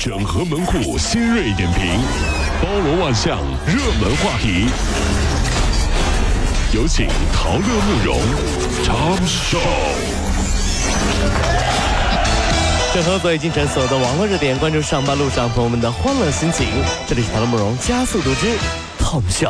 整合门户新锐点评，包罗万象，热门话题。有请陶乐慕容 Tom Show。 整合最近晨所有的网络热点，关注上班路上朋友们的欢乐心情。这里是陶乐慕容加速度之 Tom Show。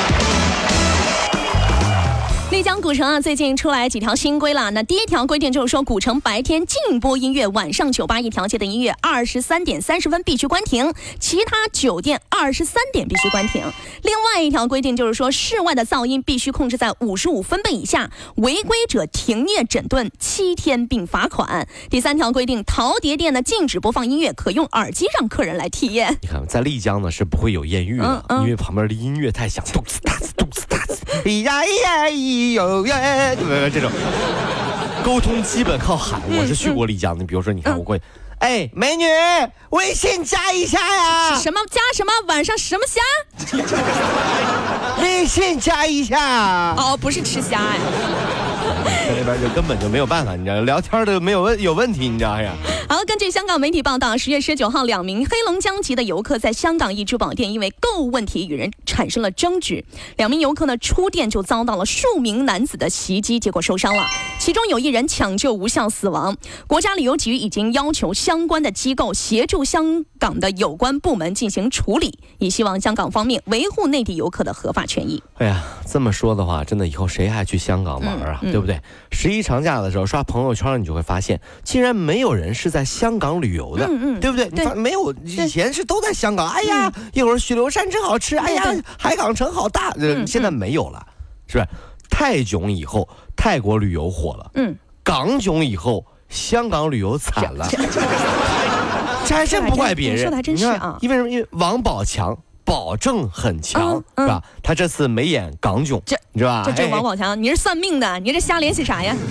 丽江古城最近出来几条新规了。那第一条规定就是说，古城白天禁播音乐，晚上酒吧一条街的音乐23点30分必须关停，其他酒店23点必须关停。另外一条规定就是说，室外的噪音必须控制在55分贝以下，违规者停业整顿7天并罚款。第三条规定，陶碟店呢禁止播放音乐，可用耳机让客人来体验。 你看，在丽江呢是不会有艳遇的，因为旁边的音乐太响，咚呲哒呲咚呲哒呲，呀呀有呀，这种沟通基本靠喊。我是去过丽江的，比如说你看我过去，哎，美女，微信加一下呀。 什么加什么？晚上什么虾？ 微信加一下。 哦，不是吃虾呀。 在那边就根本就没有办法，你知道，聊天的有问题，你知道呀。 好，根据香港媒体报道，10月19号，2名黑龙江籍的游客在香港一珠宝店因为购物问题与人产生了争执，2名游客呢出店就遭到了数名男子的袭击，结果受伤了，其中有1人抢救无效死亡。国家旅游局已经要求相关的机构协助香港的有关部门进行处理，也希望香港方面维护内地游客的合法权益。 哎呀，这么说的话，真的以后谁还去香港玩啊？对不对？11长假的时候刷朋友圈，你就会发现，竟然没有人是在香港旅游的，对不对？你没有，以前是都在香港。哎呀，一会儿许留山真好吃，哎呀，海港城好大，现在没有了，是不是？泰囧以后，泰国旅游火了，港囧以后，香港旅游惨了。这还真不怪别人， 说的还真是啊。 因为王宝强保证很强，是吧？他这次没演港囧，你知道吧？ 这王宝强，你是算命的，你这瞎联系啥呀？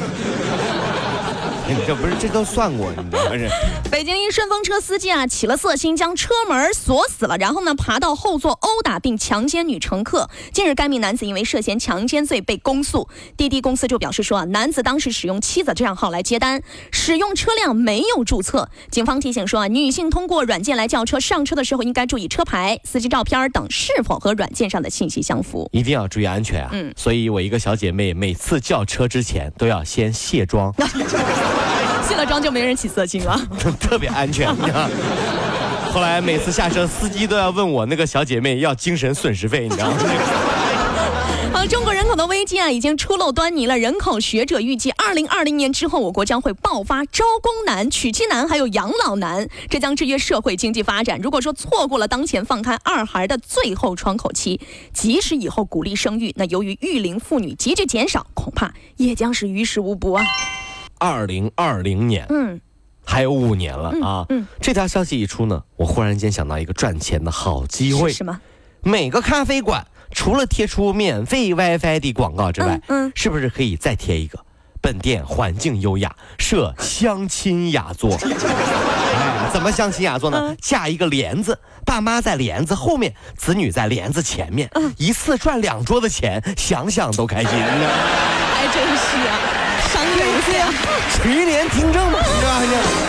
这都算过，你知道吗？ 北京一顺风车司机起了色心，将车门锁死了，然后呢爬到后座殴打并强奸女乘客。近日，该名男子因为涉嫌强奸罪被公诉。滴滴公司就表示说，男子当时使用妻子账号来接单，使用车辆没有注册。警方提醒说，女性通过软件来叫车，上车的时候应该注意车牌、司机照片等是否和软件上的信息相符， 一定要注意安全啊！所以我一个小姐妹每次叫车之前都要先卸妆。 卸了妆就没人起色心了， 特别安全。后来每次下车，司机都要问我那个小姐妹要精神损失费，你知道吗？ 中国人口的危机已经初露端倪了。人口学者预计，2020年之后，我国将会爆发招工难、娶妻难，还有养老难，这将制约社会经济发展。如果说错过了当前放开2孩的最后窗口期，即使以后鼓励生育，那由于育龄妇女急剧减少，恐怕也将是于事无补啊。 2020年，还有5年了啊！这条消息一出呢，我忽然间想到一个赚钱的好机会。 是什么？ 每个咖啡馆除了贴出免费 WiFi 的广告之外，是不是可以再贴一个？本店环境优雅，设相亲雅座。怎么相亲雅座呢？架一个帘子，爸妈在帘子后面，子女在帘子前面，一次赚2桌的钱，想想都开心。 还真是啊，商业游戏啊， 垂帘听政嘛，是吧？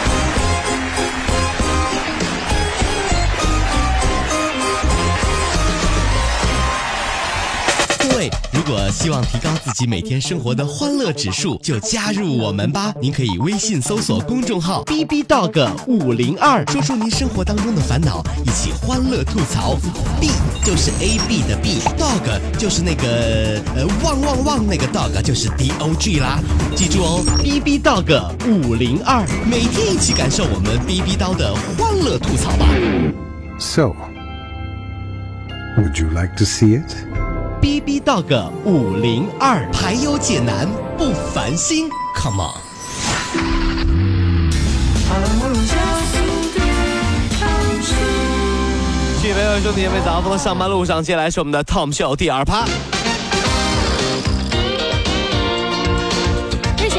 各位，如果希望提高自己每天生活的欢乐指数，就加入我们吧。您可以微信搜索公众号 BBDog502，说出您生活当中的烦恼，一起欢乐吐槽。B 就是 AB 的 B，Dog 就是那个汪那个 Dog 就是 DOG 啦。记住哦 ，BBDog502，每天一起感受我们 BB 刀的欢乐吐槽吧。 So, would you like to see it? BBDog502，排忧解难不烦心 ，Come on！ 继续陪伴兄弟姐妹早上的上班路上，接下来是我们的 Tom Show 第2趴。 日前呢，因为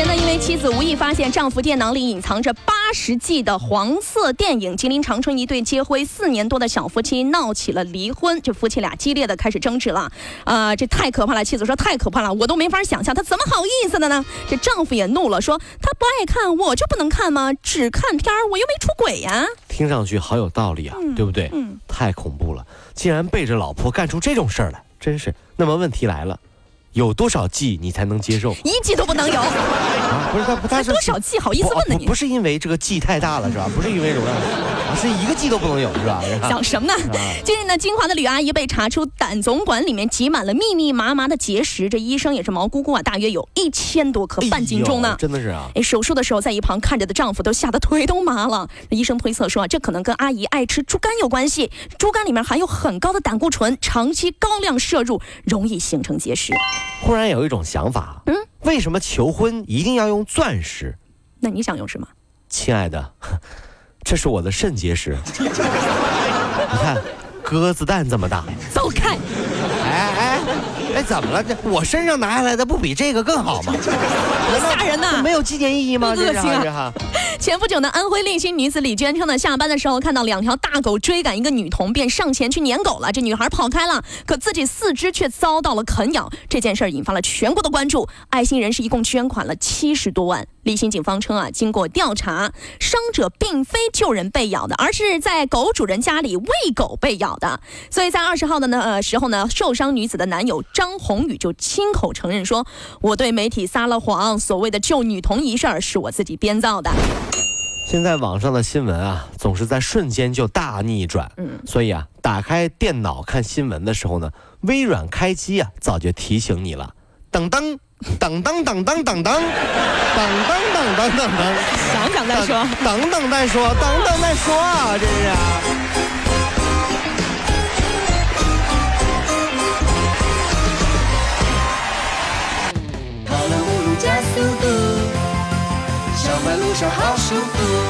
妻子无意发现丈夫电脑里隐藏着80G 的黄色电影。吉林长春一对结婚4年多的小夫妻闹起了离婚，这夫妻俩激烈的开始争执了。这太可怕了，妻子说太可怕了，我都没法想象他怎么好意思的呢？这丈夫也怒了，说他不爱看我就不能看吗？只看片我又没出轨呀。 听上去好有道理啊，对不对？太恐怖了，竟然背着老婆干出这种事儿来，真是。那么问题来了，有多少 G 你才能接受 ？1 G 都不能有啊？不是他是多少 G 好意思问呢？你不是因为这个 G 太大了是吧？不是因为容量是1个 G 都不能有是吧？ 想什么呢？近日呢，金华的吕阿姨被查出胆总管里面挤满了密密麻麻的结石，这医生也是毛估估啊，大约有1000多颗半斤重呢。 真的是啊！ 手术的时候在一旁看着的丈夫都吓得腿都麻了。医生推测说，这可能跟阿姨爱吃猪肝有关系，猪肝里面含有很高的胆固醇，长期高量摄入容易形成结石。 忽然有一种想法，为什么求婚一定要用钻石？ 那你想用什么？ 亲爱的，这是我的肾结石。你看，鸽子蛋这么大。 走开！ 哎，怎么了？这我身上拿下来的不比这个更好吗？ 多吓人呐！ 没有纪念意义吗？ 恶心啊！前不久呢，安徽利辛女子李娟称呢，下班的时候看到2条大狗追赶一个女童，便上前去撵狗了。这女孩跑开了，可自己4只却遭到了啃咬。这件事引发了全国的关注。爱心人士一共捐款了70多万。利辛警方称啊，经过调查，伤者并非救人被咬的，而是在狗主人家里喂狗被咬的。所以在20号的时候呢，受伤女子的男友张宏宇就亲口承认说，我对媒体撒了谎，所谓的救女童一事是我自己编造的。 现在网上的新闻啊，总是在瞬间就大逆转。所以啊，打开电脑看新闻的时候呢，微软开机啊，早就提醒你了，等等。等等等等等等，等等等等等等， 想想再说， 等等再说，等等再说啊，这是啊。 跑了5路加速度，上班路上好舒服。